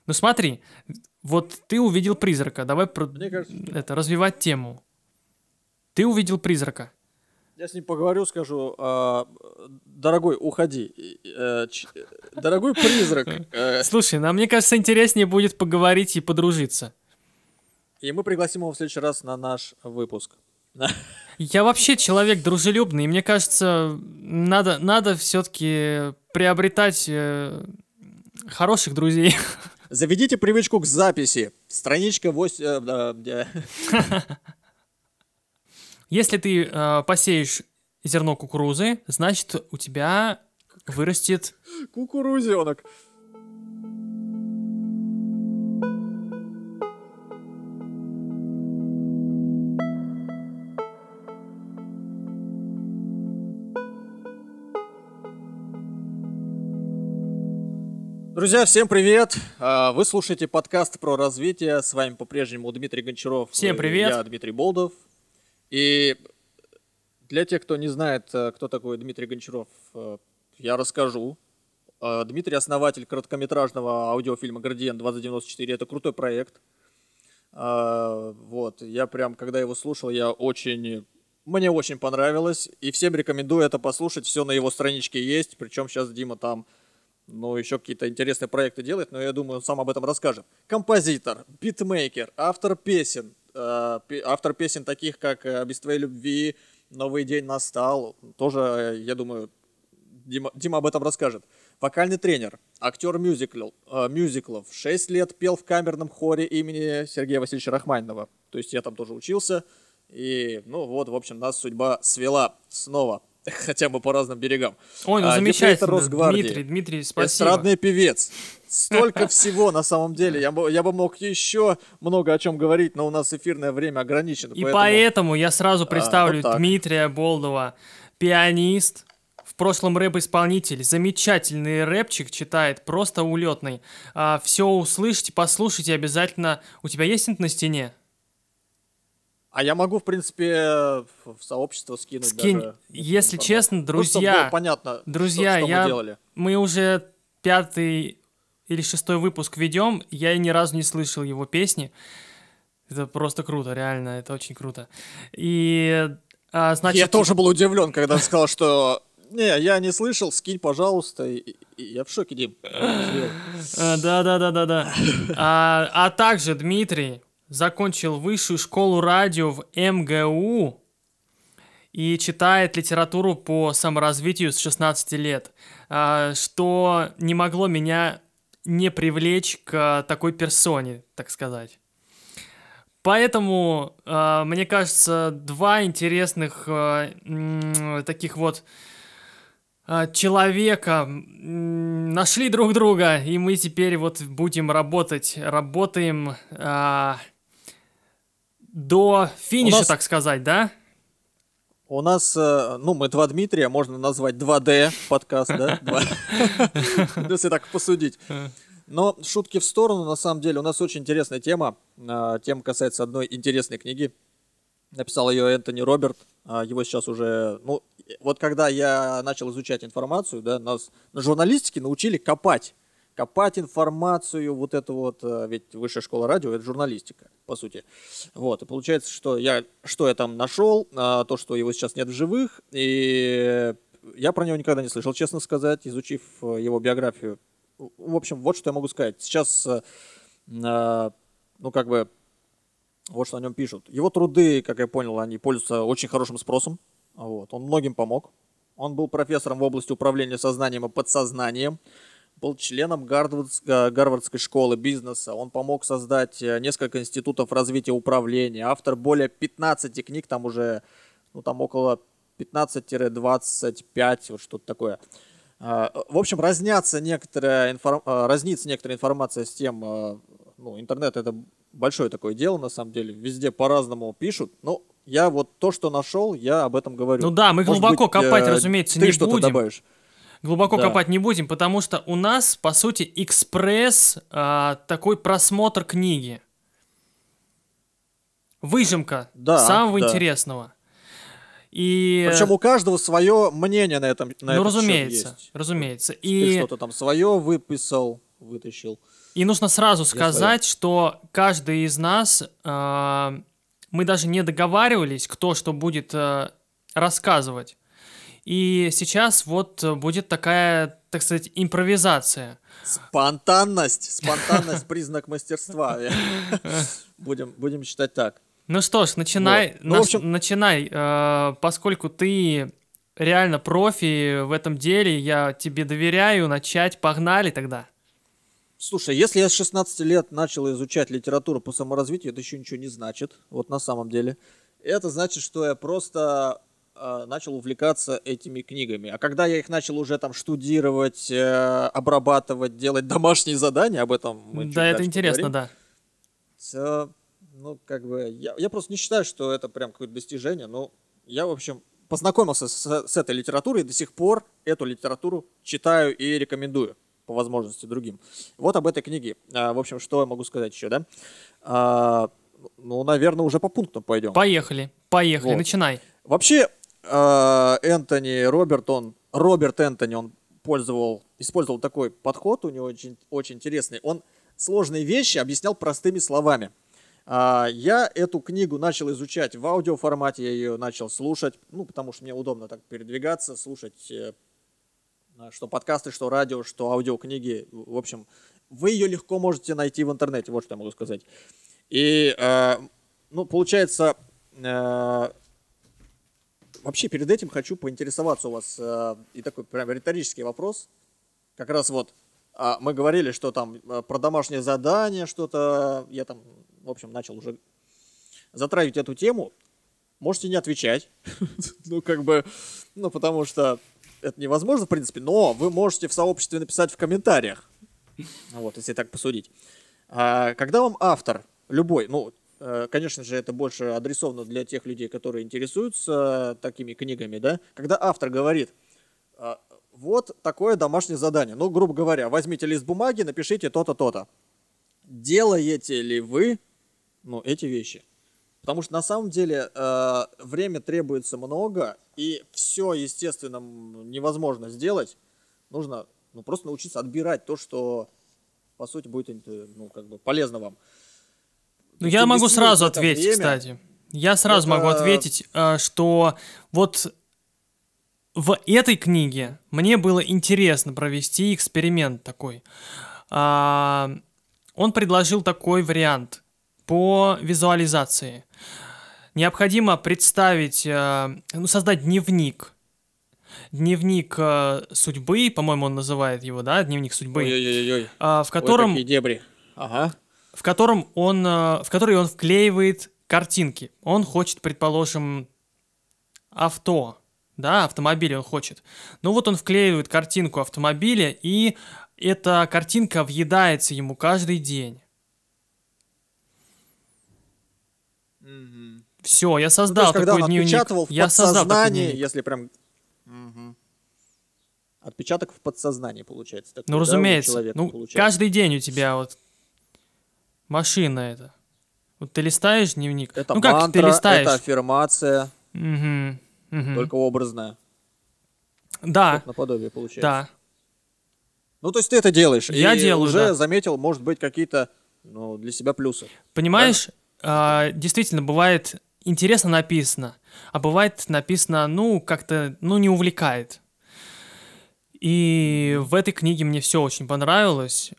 Ну смотри, вот ты увидел призрака. Давай Мне кажется, развивать тему. Ты увидел призрака. я с ним поговорю, скажу, дорогой, уходи. Дорогой призрак. Слушай, нам, мне кажется, интереснее будет поговорить и подружиться. И мы пригласим его в следующий раз на наш выпуск. Я вообще человек дружелюбный, и мне кажется, надо все-таки приобретать хороших друзей. Заведите привычку к записи. Страничка 8... Если ты посеешь зерно кукурузы, значит, у тебя вырастет... Кукурузенок. Друзья, всем привет! Вы слушаете подкаст про развитие. С вами по-прежнему Дмитрий Гончаров. Всем привет! Я Дмитрий Болдов. И для тех, кто не знает, кто такой Дмитрий Гончаров, я расскажу. Дмитрий — основатель короткометражного аудиофильма «Градиент 2094». Это крутой проект. Вот. Я прям, когда его слушал, мне очень понравилось. И всем рекомендую это послушать. Все на его страничке есть. Причем сейчас Дима там еще какие-то интересные проекты делает, но я думаю, он сам об этом расскажет. Композитор, битмейкер, автор песен таких, как «Без твоей любви», «Новый день настал». Тоже, я думаю, Дима об этом расскажет. Вокальный тренер, актер мюзиклов. 6 лет пел в камерном хоре имени Сергея Васильевича Рахманинова. То есть я там тоже учился. И, в общем, нас судьба свела снова. Хотя бы по разным берегам. Ой, замечательно, Росгвардии, Дмитрий, спасибо. Эстрадный певец. Столько всего на самом деле. Я бы мог еще много о чем говорить, но у нас эфирное время ограничено. И поэтому я сразу представлю Дмитрия Болдова. Пианист, в прошлом рэп-исполнитель, замечательный рэпчик читает, просто улетный. Все услышите, послушайте обязательно. У тебя есть это на стене? А я могу, в принципе, в сообщество скинуть даже. Если честно, друзья, понятно, друзья, что мы делали. Мы уже 5-й или 6-й выпуск ведем, я ни разу не слышал его песни. Это просто круто, реально, это очень круто. И, значит... Я тоже был удивлен, когда он сказал, что... Не, я не слышал, скинь, пожалуйста. И я в шоке, Дим. Да. А также Дмитрий закончил высшую школу радио в МГУ и читает литературу по саморазвитию с 16 лет, что не могло меня не привлечь к такой персоне, так сказать. Поэтому, мне кажется, два интересных таких вот человека нашли друг друга, и мы теперь вот будем работаем до финиша, так сказать, да? У нас, мы два Дмитрия, можно назвать 2D подкаст, да? Если так посудить. Но шутки в сторону, на самом деле, у нас очень интересная тема. Тема касается одной интересной книги. Написал ее Энтони Роберт. Его сейчас уже... вот когда я начал изучать информацию, да, нас на журналистике научили копать информацию, ведь высшая школа радио — это журналистика, по сути. Вот, и получается, что я там нашел, то, что его сейчас нет в живых, и я про него никогда не слышал, честно сказать, изучив его биографию. В общем, вот что я могу сказать. Сейчас, вот что о нем пишут. Его труды, как я понял, они пользуются очень хорошим спросом. Вот, он многим помог. Он был профессором в области управления сознанием и подсознанием. Был членом Гарвардской школы бизнеса. Он помог создать несколько институтов развития управления. Автор более 15 книг, там уже, около 15-25, вот что-то такое. В общем, разнится некоторая информация с тем, интернет — это большое такое дело, на самом деле. Везде по-разному пишут. Я вот то, что нашел, я об этом говорю. Мы глубоко копать, разумеется, не будем. Ты что-то добавишь? Глубоко копать не будем, потому что у нас, по сути, экспресс, такой просмотр книги. Выжимка самого интересного. Причем у каждого свое мнение на этот счет есть. Разумеется. Ты что-то там свое вытащил. И нужно сразу своя. сказать, что каждый из нас, мы даже не договаривались, кто что будет рассказывать. И сейчас вот будет такая, так сказать, импровизация. Спонтанность признак мастерства. Будем считать так. Ну что ж, начинай, Вот. Ну, в общем, начинай, поскольку ты реально профи в этом деле, я тебе доверяю, начать, погнали тогда. слушай, если я с 16 лет начал изучать литературу по саморазвитию, это еще ничего не значит, вот на самом деле. Это значит, что я просто начал увлекаться этими книгами. А когда я их начал уже там штудировать, обрабатывать, делать домашние задания, об этом мы чуть Да, это дальше интересно, поговорим, да. ну, как бы, я просто не считаю, что это прям какое-то достижение, но я, в общем, познакомился с этой литературой и до сих пор эту литературу читаю и рекомендую по возможности другим. Вот об этой книге. В общем, что я могу сказать еще, да? Ну, наверное, уже по пунктам пойдем. Поехали, Вот. начинай. Вообще, Роберт Энтони, он использовал такой подход, у него очень интересный. Он сложные вещи объяснял простыми словами. Я эту книгу начал изучать в аудиоформате, я ее начал слушать, ну, потому что мне удобно так передвигаться, слушать что подкасты, что радио, что аудиокниги. В общем, вы ее легко можете найти в интернете, вот что я могу сказать. И, ну, получается, вообще перед этим хочу поинтересоваться у вас, и такой прям риторический вопрос. Как раз вот мы говорили, что там про домашнее задание, что-то, я там, в общем, начал уже затрагивать эту тему. Можете не отвечать, ну, как бы, ну, потому что это невозможно, в принципе, но вы можете в сообществе написать в комментариях, вот, если так посудить. Когда вам автор, любой, ну, конечно же, это больше адресовано для тех людей, которые интересуются такими книгами, да, когда автор говорит, вот такое домашнее задание, ну, грубо говоря, возьмите лист бумаги, напишите то-то, то-то. Делаете ли вы, ну, эти вещи? Потому что на самом деле время требуется много, и все, естественно, невозможно сделать. Нужно, ну, просто научиться отбирать то, что, по сути, будет, ну, как бы полезно вам. Ну, я могу сразу ответить, время, кстати. Я сразу могу ответить, что вот в этой книге мне было интересно провести эксперимент такой. Он предложил такой вариант по визуализации. Необходимо представить, ну, создать дневник. Дневник судьбы, по-моему, он называет его, да, дневник судьбы. Ой-ой-ой. В котором... Ой, какие дебри. Ага. В который он вклеивает картинки. Он хочет, предположим, авто, да, автомобиль он хочет. Ну вот он вклеивает картинку автомобиля, и эта картинка въедается ему каждый день. Все, я создал такой дневник. Я создал такой дневник. Если прям... Отпечаток в подсознании получается. Такой, ну, разумеется. Да, ну, получается. Каждый день у тебя вот машина эта. Вот ты листаешь дневник. Это ну, как мантра, ты листаешь? это аффирмация. Угу. Только образная. Да. Наподобие получается. Да. Ну, то есть ты это делаешь. Я и делаю, уже да. заметил, может быть, какие-то, ну, для себя плюсы. Понимаешь, действительно, бывает интересно написано, а бывает написано, ну, как-то, ну, не увлекает. И в этой книге мне все очень понравилось.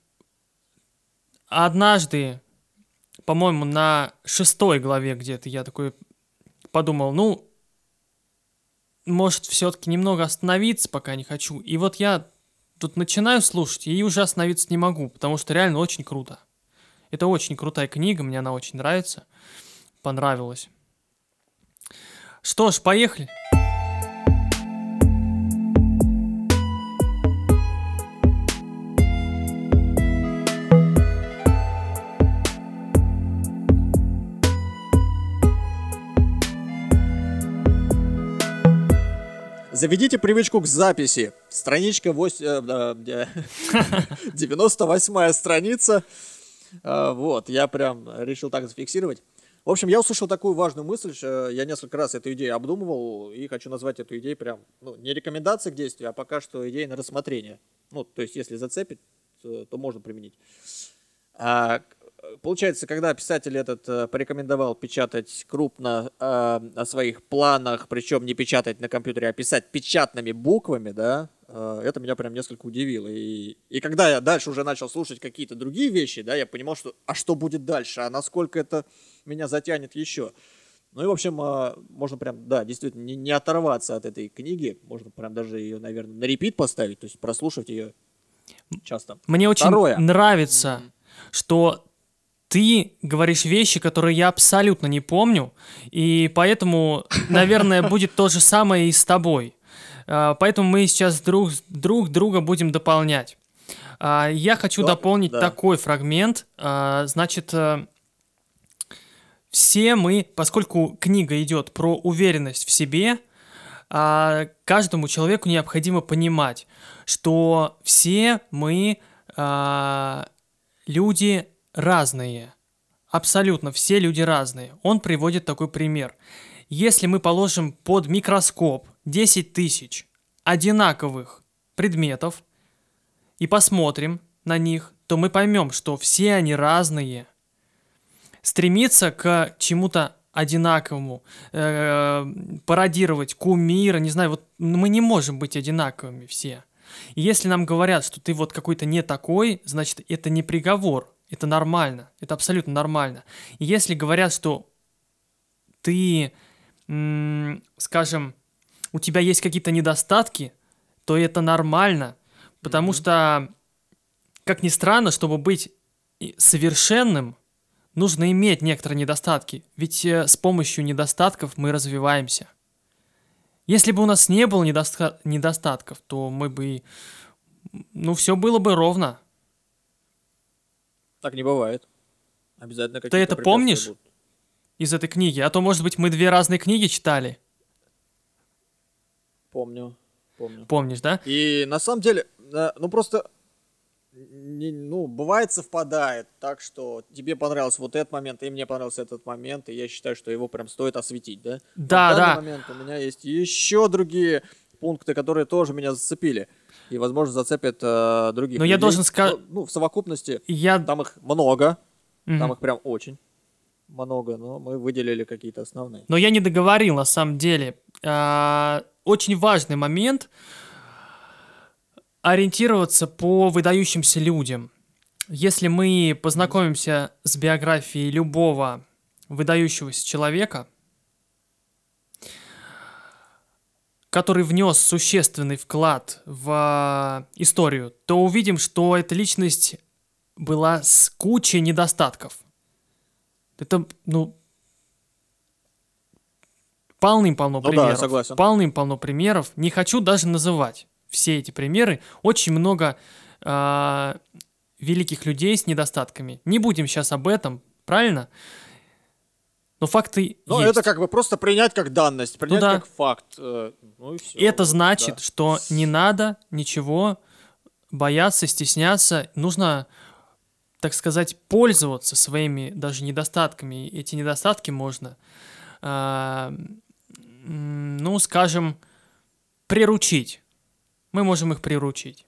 Однажды, по-моему, на 6 главе где-то я такой подумал, ну, может, все-таки немного остановиться, пока не хочу. И вот я тут начинаю слушать, и уже остановиться не могу, потому что реально очень круто. Это очень крутая книга, мне она очень нравится, понравилась. Что ж, поехали. Заведите привычку к записи. Страничка 98-я страница. Вот, я прям решил так зафиксировать. В общем, я услышал такую важную мысль, что я несколько раз эту идею обдумывал, и хочу назвать эту идею прям, ну, не рекомендацией к действию, а пока что идеей на рассмотрение. Ну, то есть, если зацепит, то можно применить. Получается, когда писатель этот порекомендовал печатать крупно о своих планах, причем не печатать на компьютере, а писать печатными буквами, да, это меня прям несколько удивило. И когда я дальше уже начал слушать какие-то другие вещи, да, я понимал, что а что будет дальше, а насколько это меня затянет еще. Ну и, в общем, можно прям, да, действительно, не оторваться от этой книги, можно прям даже ее, наверное, на репит поставить, то есть прослушивать ее часто. Мне очень Второе. нравится, что ты говоришь вещи, которые я абсолютно не помню, и поэтому, наверное, будет то же самое и с тобой. Поэтому мы сейчас друг друга будем дополнять. Я хочу Да, дополнить да. такой фрагмент. Значит, все мы, поскольку книга идет про уверенность в себе, каждому человеку необходимо понимать, что все мы люди разные. Абсолютно все люди разные. Он приводит такой пример. Если мы положим под микроскоп 10 тысяч одинаковых предметов и посмотрим на них, то мы поймем, что все они разные. Стремиться к чему-то одинаковому, пародировать кумира, не знаю, вот мы не можем быть одинаковыми все. И если нам говорят, что ты вот какой-то не такой, значит, это не приговор, это нормально, это абсолютно нормально. И если говорят, что ты, скажем, у тебя есть какие-то недостатки, то это нормально, потому что, как ни странно, чтобы быть совершенным, нужно иметь некоторые недостатки, ведь с помощью недостатков мы развиваемся. Если бы у нас не было недостатков, то мы бы, все было бы ровно. Так не бывает. Обязательно какие-то Ты это препятствия помнишь будут. из этой книги? А то, может быть, мы две разные книги читали. Помню. Помнишь, да? И на самом деле, просто, бывает совпадает так, что тебе понравился вот этот момент, и мне понравился этот момент, и я считаю, что его прям стоит осветить, да? Но Да, в данный да. момент у меня есть еще другие пункты, которые тоже меня зацепили. И, возможно, зацепят других Но я людей. должен сказать... В совокупности Я... там их много, Мгм. там их прям очень много, но мы выделили какие-то основные. Но я не договорил, на самом деле. Очень важный момент ориентироваться по выдающимся людям. Если мы познакомимся с биографией любого выдающегося человека, который внес существенный вклад в историю, то увидим, что эта личность была с кучей недостатков. Это, полным-полно Ну да, примеров. я согласен. Полным-полно примеров. Не хочу даже называть все эти примеры. Очень много великих людей с недостатками. Не будем сейчас об этом, правильно? Но факты Ну, есть. это как бы просто принять как данность, принять да. как факт. Ну и все. Это значит, что не надо ничего бояться, стесняться. Нужно, так сказать, пользоваться своими даже недостатками. Эти недостатки можно, скажем, приручить. Мы можем их приручить.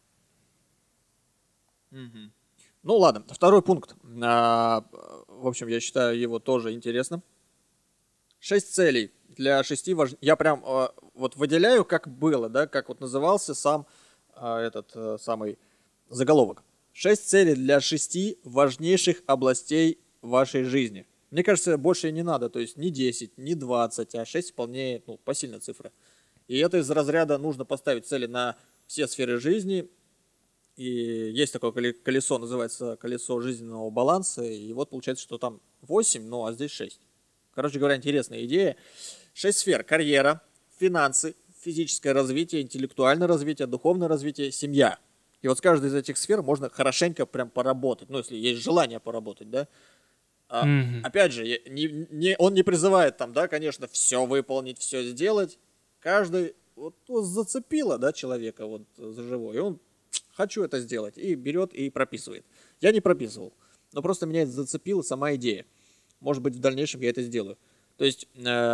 Ну ладно, второй пункт. В общем, я считаю его тоже интересным. 6 целей для 6 важнейших. Я прям вот выделяю, как было, да, как вот назывался сам этот самый заголовок. 6 целей для 6 важнейших областей вашей жизни. Мне кажется, больше и не надо, то есть не 10, не 20, а 6 вполне посильная цифра. И это из разряда нужно поставить цели на все сферы жизни. И есть такое колесо, называется колесо жизненного баланса. И вот получается, что там 8, а здесь 6. Короче говоря, интересная идея. 6 сфер. Карьера, финансы, физическое развитие, интеллектуальное развитие, духовное развитие, семья. И вот с каждой из этих сфер можно хорошенько прям поработать. Ну, если есть желание поработать, да. Опять же, он не призывает там, да, конечно, все выполнить, все сделать. Каждый вот зацепило, да, человека вот за живое. И он хочу это сделать. И берет и прописывает. Я не прописывал. Но просто меня это зацепила сама идея. Может быть, в дальнейшем я это сделаю. То есть,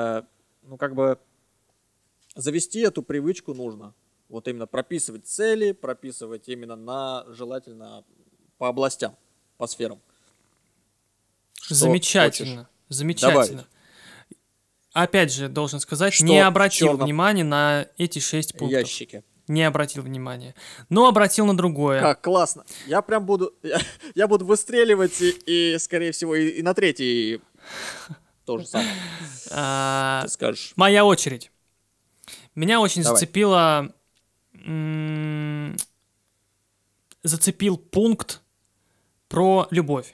завести эту привычку нужно. Вот именно прописывать цели, прописывать именно желательно по областям, по сферам. что Замечательно, замечательно. добавить? Опять же, должен сказать, Что не в обратил черном внимания на эти 6 пунктов. ящике? Не обратил внимания. Но обратил на другое. Как классно. Я прям буду... Я буду выстреливать скорее всего, и на третий то же самое. А, Ты скажешь. Моя очередь. Меня очень Давай. зацепил пункт про любовь.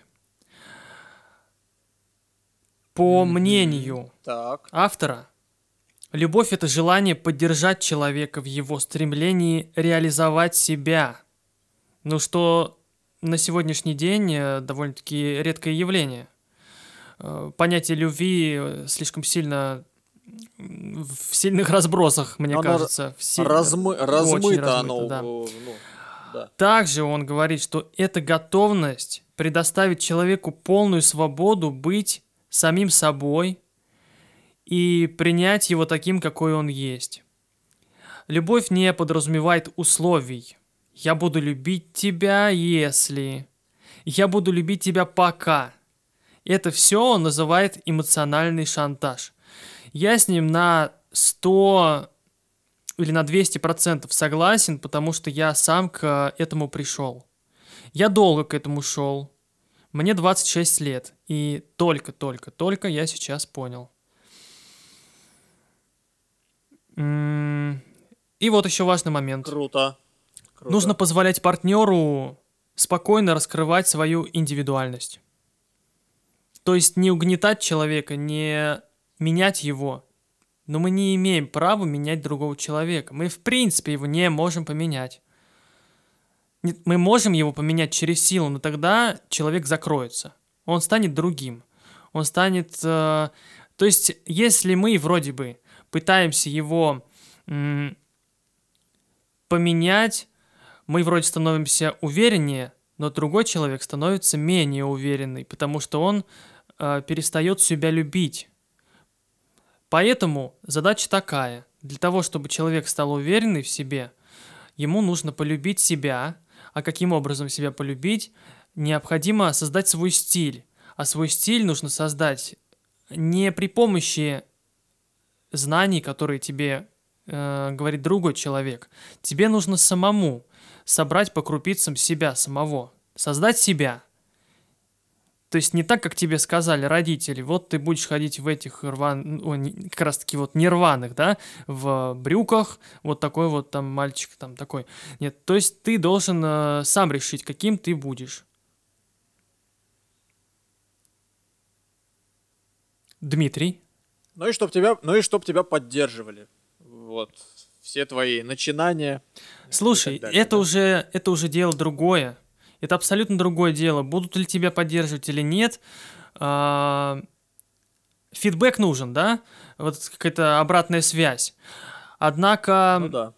По мнению Так. автора, любовь — это желание поддержать человека в его стремлении реализовать себя. Ну, что на сегодняшний день довольно-таки редкое явление. Понятие любви слишком сильно в сильных разбросах, мне Оно кажется. Очень размыто оно. да. Ну, да. Также он говорит, что это готовность предоставить человеку полную свободу быть самим собой и принять его таким, какой он есть. Любовь не подразумевает условий. Я буду любить тебя, если... Я буду любить тебя пока. Это все он называет эмоциональный шантаж. Я с ним на 100 или на 200% согласен, потому что я сам к этому пришел. Я долго к этому шел. Мне 26 лет. И только я сейчас понял. И вот еще важный момент. Круто. Нужно позволять партнеру спокойно раскрывать свою индивидуальность. То есть не угнетать человека, не менять его. Но мы не имеем права менять другого человека. Мы в принципе его не можем поменять. Мы можем его поменять через силу, но тогда человек закроется. Он станет другим. Он станет... То есть если мы вроде бы пытаемся его поменять, мы вроде становимся увереннее, но другой человек становится менее уверенный, потому что он перестает себя любить. Поэтому задача такая. Для того, чтобы человек стал уверенный в себе, ему нужно полюбить себя. А каким образом себя полюбить? Необходимо создать свой стиль. А свой стиль нужно создать не при помощи знаний, которые тебе говорит другой человек. Тебе нужно самому собрать по крупицам себя самого. Создать себя. То есть не так, как тебе сказали родители, вот ты будешь ходить в этих как раз таки вот нерваных, да, в брюках, вот такой вот там мальчик там такой. Нет, то есть ты должен сам решить, каким ты будешь. Дмитрий? Ну и чтоб тебя поддерживали. Вот. Все твои начинания. Слушай, это уже дело другое. Это абсолютно другое дело. Будут ли тебя поддерживать или нет. Фидбэк нужен, да? Вот какая-то обратная связь. Однако, Ну да.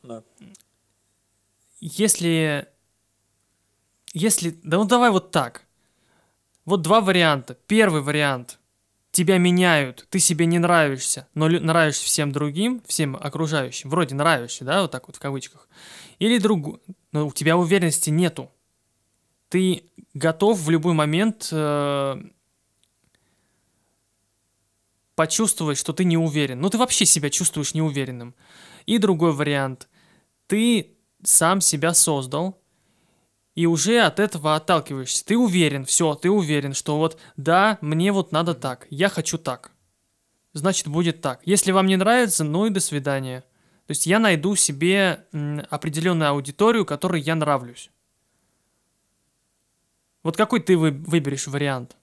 если... Да ну давай вот так. Вот два варианта. Первый вариант. Тебя меняют, ты себе не нравишься, но нравишься всем другим, всем окружающим. Вроде нравишься, да, вот так вот в кавычках. Или другой. Но у тебя уверенности нету. Ты готов в любой момент почувствовать, что ты не уверен. Ну, ты вообще себя чувствуешь неуверенным. И другой вариант. Ты сам себя создал, и уже от этого отталкиваешься. Ты уверен, все, ты уверен, что вот, да, мне вот надо так, я хочу так. Значит, будет так. Если вам не нравится, ну и до свидания. То есть я найду себе определенную аудиторию, которой я нравлюсь. Вот какой ты выберешь вариант?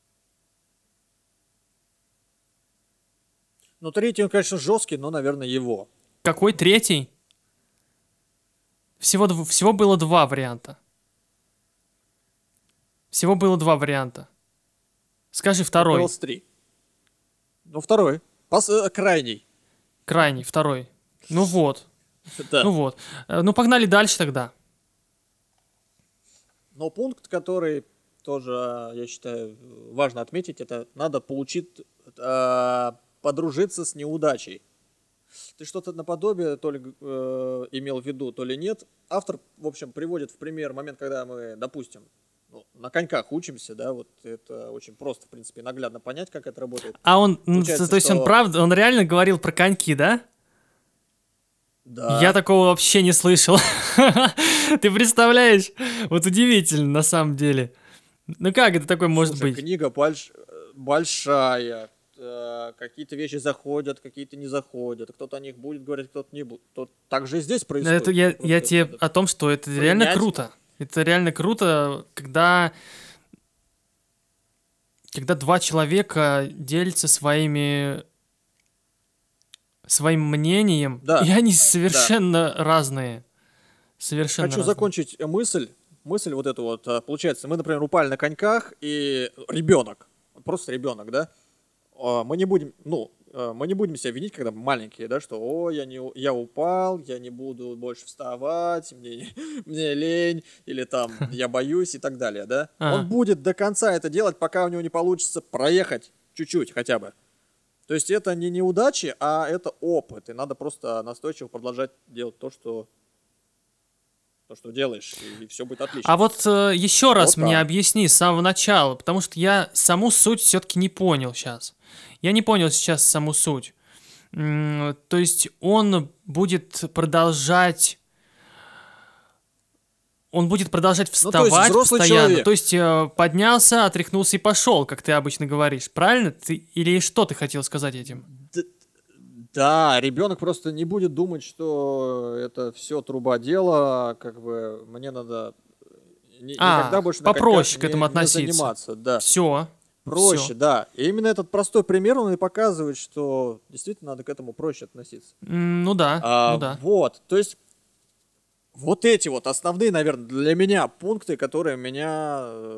Ну, третий, он, конечно, жесткий, но, наверное, его. Какой третий? Всего было два варианта. Всего было два варианта. Скажи второй. Осталось 3. Ну, второй. Крайний. Крайний, второй. Ну вот. Да. Ну вот. Ну погнали дальше тогда. Но пункт, который тоже, я считаю, важно отметить, это надо подружиться с неудачей. Ты что-то наподобие то ли имел в виду, то ли нет. Автор, в общем, приводит в пример момент, когда мы, допустим, на коньках учимся, да, вот это очень просто, в принципе, наглядно понять, как это работает. А он, Получается, то есть он что правда, он реально говорил про коньки, да? Я да, такого вообще не слышал. Ты представляешь? Вот удивительно, на самом деле. Ну как это такое может слушай, быть? книга большая, какие-то вещи заходят, какие-то не заходят, кто-то о них будет говорить, кто-то не будет. Так же и здесь Это происходит. я Просто это тебе надо о том, что это реально принять. круто. Это реально круто, когда два человека делятся своим мнением, и Да, они да. совершенно разные. Совершенно Хочу разные. закончить мысль вот эту вот. Получается, мы, например, упали на коньках, и ребенок, просто ребенок, да, мы не будем, мы не будем себя винить, когда мы маленькие, да, что, я упал, я не буду больше вставать, мне лень, или там, я боюсь и так далее, да. Он Ага. будет до конца это делать, пока у него не получится проехать чуть-чуть хотя бы. То есть это не неудачи, а это опыт, и надо просто настойчиво продолжать делать то, что делаешь, и все будет А отлично. вот еще раз Вот мне так. объясни с самого начала, потому что я саму суть все-таки не понял сейчас. Я не понял сейчас саму суть. То есть он будет продолжать Ну, то есть вставать взрослый постоянно. То человек. есть поднялся, отряхнулся и пошел, как ты обычно говоришь. Правильно? Или что ты хотел сказать этим? Д- Да, ребенок просто не будет думать, что это все труба дела, как бы мне надо никогда больше на коньках Попроще к не, этому не относиться. заниматься, да. Все. Все. Проще, да. И именно этот простой пример, он и показывает, что действительно надо к этому проще относиться. Ну да, ну да. Вот, то есть вот эти вот основные, наверное, для меня пункты, которые меня,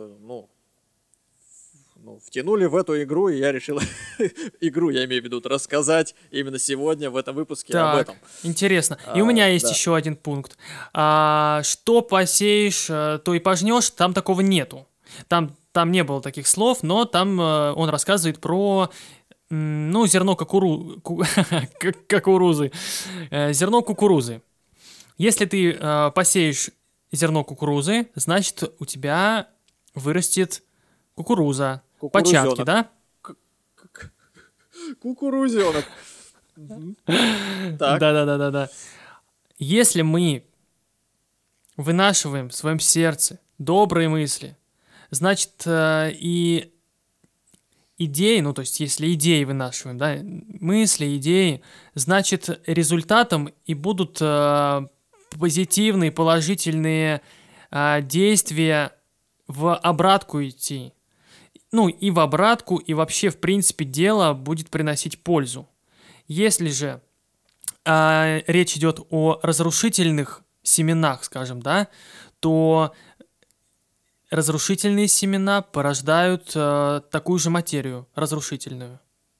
втянули в эту игру, и я решил игру, я имею в виду, рассказать именно сегодня в этом выпуске об Так, этом. интересно. И у меня есть Да. еще один пункт. Что посеешь, то и пожнешь, там такого нету. Там не было таких слов, но там он рассказывает про, зерно кукурузы. Зерно кукурузы. Если ты посеешь зерно кукурузы, значит у тебя вырастет кукуруза. Початки, Кукурузенок. да? К- к- Кукурузенок. Мгм. Так. Да-да-да-да-да. Если мы вынашиваем в своем сердце добрые мысли, значит, и идеи, ну, то есть, если идеи вынашиваем, да, мысли, идеи, значит, результатом и будут позитивные, положительные действия в обратку идти. Ну, и в обратку, и вообще, в принципе, дело будет приносить пользу. Если же речь идет о разрушительных семенах, скажем, да, то разрушительные семена порождают такую же материю, разрушительную.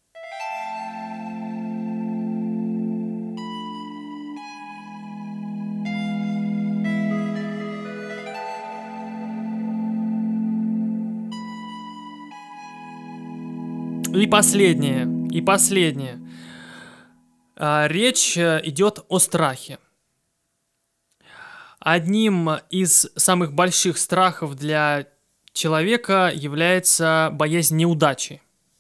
И последнее. Речь идет о страхе. Одним из самых больших страхов для человека является боязнь неудачи.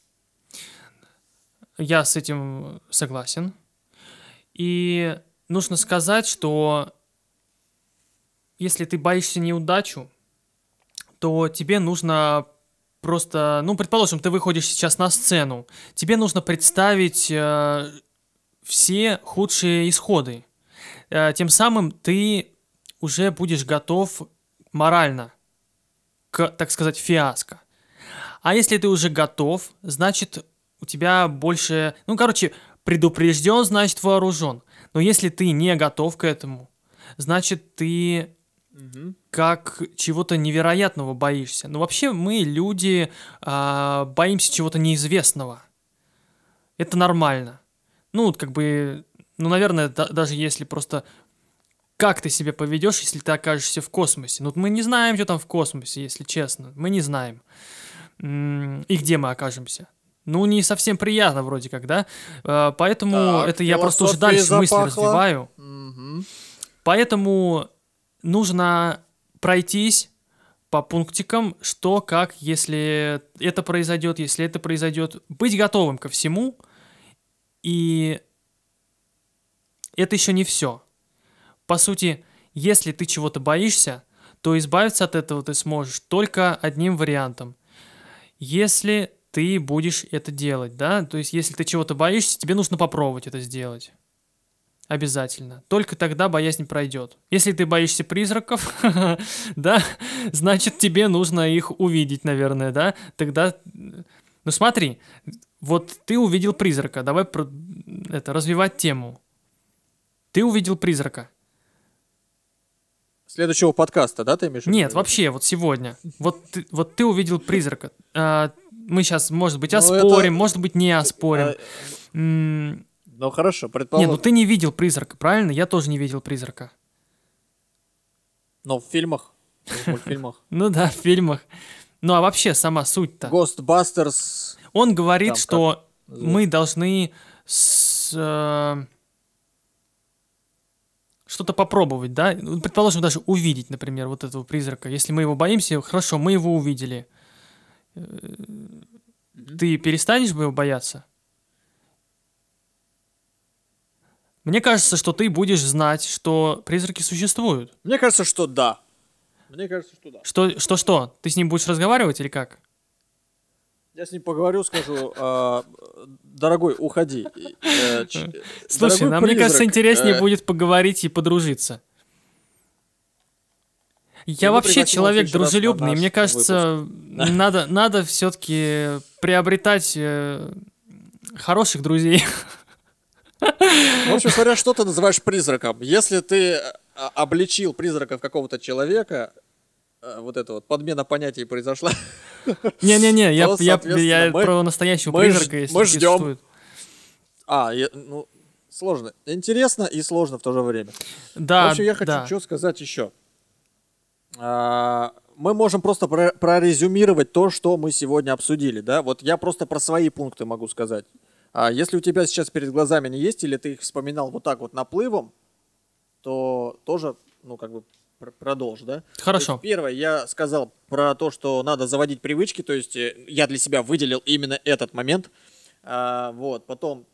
Я с этим согласен. И нужно сказать, что если ты боишься неудачу, то тебе нужно просто, предположим, ты выходишь сейчас на сцену, тебе нужно представить все худшие исходы. Тем самым ты уже будешь готов морально к, так сказать, фиаско. А если ты уже готов, значит, у тебя больше... предупрежден, значит, вооружен. Но если ты не готов к этому, значит, ты Мгм. как чего-то невероятного боишься. Но вообще мы, люди, боимся чего-то неизвестного. Это нормально. Наверное, даже если просто... Как ты себя поведешь, если ты окажешься в космосе? Мы не знаем, что там в космосе, если честно. Мы не знаем. И где мы окажемся. Не совсем приятно вроде как, да? Поэтому Так, это я просто уже философией дальше мысли запахло. развиваю. Мгм. Поэтому нужно пройтись по пунктикам, что, как, если это произойдет, если это произойдет. Быть готовым ко всему, и это еще не все. По сути, если ты чего-то боишься, то избавиться от этого ты сможешь только одним вариантом. Если ты будешь это делать, да, то есть если ты чего-то боишься, тебе нужно попробовать это сделать. Обязательно. Только тогда боязнь пройдет. Если ты боишься призраков, да, значит тебе нужно их увидеть, наверное, да, тогда... Ну смотри, вот ты увидел призрака, давай развивать тему. Ты увидел призрака. Следующего подкаста, да, ты имеешь в виду? Нет, вообще, вот сегодня. Вот ты увидел призрака. Мы сейчас, может быть, Ну, оспорим, это- может быть, не оспорим. Ну хорошо, Не, предположим. ну ты не видел призрака, правильно? Я тоже не видел призрака. Но в фильмах, в мультфильмах. Ну да, в фильмах. Ну а вообще сама суть-то. Ghostbusters. Он говорит, Там что как мы должны что-то попробовать, да? Ну, предположим, даже увидеть, например, вот этого призрака. Если мы его боимся, хорошо, мы его увидели. Ты перестанешь бы его бояться? Мне кажется, что ты будешь знать, что призраки существуют. Мне кажется, что да. Мне кажется, что да. Что? Ты с ним будешь разговаривать или как? Я с ним поговорю, скажу, дорогой, уходи. Слушай, Дорогой нам, мне кажется, призрак, интереснее будет поговорить и подружиться. Я мы вообще пригласим его в человек следующий раз на дружелюбный, и наш мне кажется, надо все-таки приобретать хороших друзей. В общем, смотря что ты называешь призраком. Если ты обличил призраков какого-то человека, вот это вот подмена понятий произошла. Не-не-не, я соответственно, про настоящего мы призрака, если мы ждем. существует. Ну, сложно. Интересно и сложно в то же время. Да, В общем, я хочу да. что сказать еще. Мы можем просто прорезюмировать то, что мы сегодня обсудили, да? Вот я просто про свои пункты могу сказать. Если у тебя сейчас перед глазами не есть, или ты их вспоминал вот так вот наплывом, то тоже, ну, как бы продолжь, да? Хорошо. То есть, первое, я сказал про то, что надо заводить привычки, то есть я для себя выделил именно этот момент. Вот, потом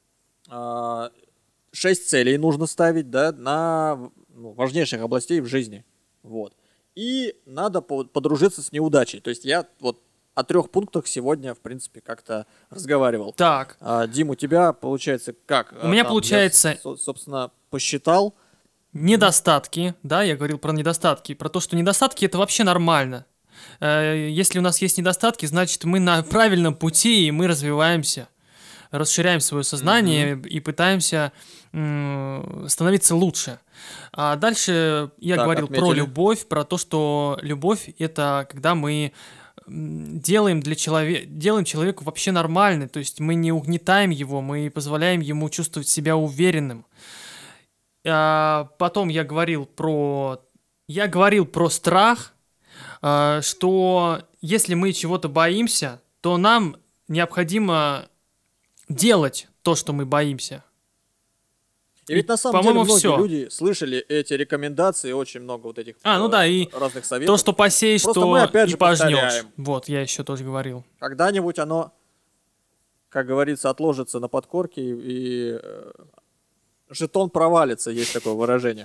6 целей нужно ставить, да, на важнейших областей в жизни. Вот. И надо подружиться с неудачей. То есть я вот о 3 пунктах сегодня, в принципе, как-то разговаривал. Так, Дим, у тебя получается как? У меня Там получается- я, собственно, посчитал. недостатки, да, я говорил про недостатки, про то, что недостатки это вообще нормально. Если у нас есть недостатки, значит мы на правильном пути, и мы развиваемся, расширяем свое сознание и пытаемся становиться лучше. А дальше я Так, говорил про отметили. любовь, про то, что любовь это когда мы делаем человеку вообще нормально, то есть мы не угнетаем его, мы позволяем ему чувствовать себя уверенным. Потом я говорил про страх, что если мы чего-то боимся, то нам необходимо делать то, что мы боимся. И ведь на самом деле по-моему, многие всё. люди слышали эти рекомендации, очень много вот этих Ну да, и разных советов. То, что посеешь, Просто то мы опять и же пожнешь. повторяем. Вот, я еще тоже говорил. Когда-нибудь оно, как говорится, отложится на подкорке и жетон провалится, есть такое выражение.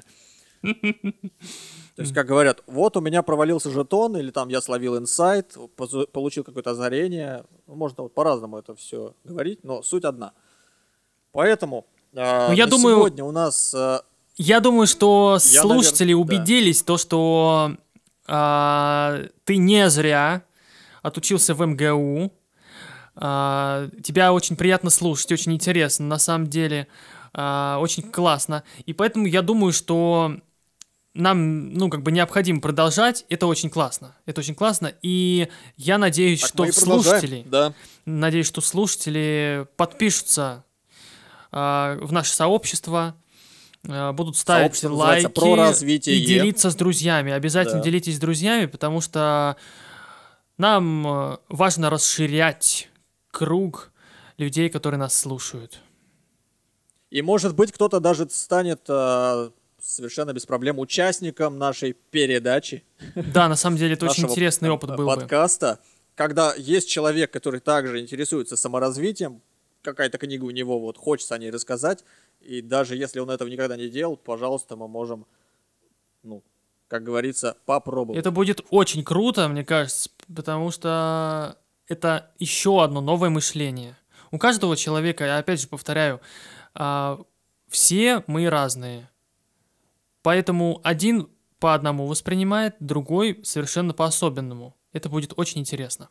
То есть, как говорят, вот у меня провалился жетон, или там я словил инсайт, получил какое-то озарение. Можно вот по-разному это все говорить, но суть одна. Поэтому я на думаю, сегодня у нас... Я думаю, что Я, слушатели наверно, да. убедились, то, что ты не зря отучился в МГУ. Тебя очень приятно слушать, очень интересно, на самом деле, очень классно. И поэтому я думаю, что нам, необходимо продолжать. Это очень классно. Это очень классно. И я надеюсь, Так что мы и продолжаем, слушатели, да. надеюсь, что слушатели подпишутся в наше сообщество, будут ставить Сообщество называется лайки «Про развитие». и делиться с друзьями. Обязательно Да. делитесь с друзьями, потому что нам важно расширять круг людей, которые нас слушают. И может быть кто-то даже станет совершенно без проблем участником нашей передачи, Да, на самом деле это очень нашего интересный опыт был бы. подкаста. Когда есть человек, который также интересуется саморазвитием, какая-то книга у него, вот хочется о ней рассказать, и даже если он этого никогда не делал, пожалуйста, мы можем, ну, как говорится, попробовать. Это будет очень круто, мне кажется, потому что это еще одно новое мышление. У каждого человека, я опять же повторяю, все мы разные. Поэтому один по одному воспринимает, другой совершенно по-особенному. Это будет очень интересно.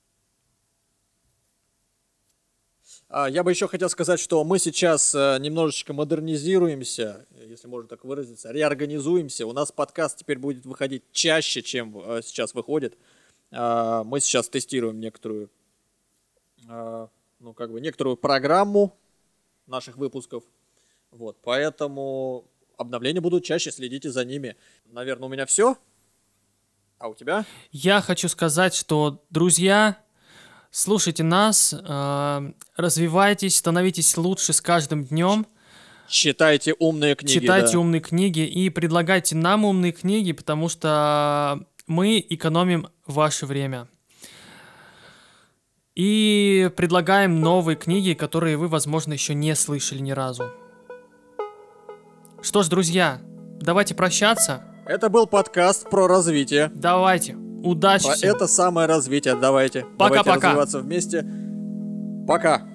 Я бы еще хотел сказать, что мы сейчас немножечко модернизируемся, если можно так выразиться, реорганизуемся. У нас подкаст теперь будет выходить чаще, чем сейчас выходит. Мы сейчас тестируем некоторую, некоторую программу наших выпусков. Вот, поэтому обновления будут чаще, следите за ними. Наверное, у меня все. А у тебя? Я хочу сказать, что, друзья, слушайте нас, развивайтесь, становитесь лучше с каждым днем. Читайте умные книги. Читайте умные книги и предлагайте нам умные книги, потому что мы экономим ваше время. И предлагаем новые книги, которые вы, возможно, еще не слышали ни разу. Что ж, друзья, давайте прощаться. Это был подкаст про развитие. Давайте. Удачи Про всем. это самое развитие. Давайте. Пока-пока. Давайте развиваться вместе. Пока.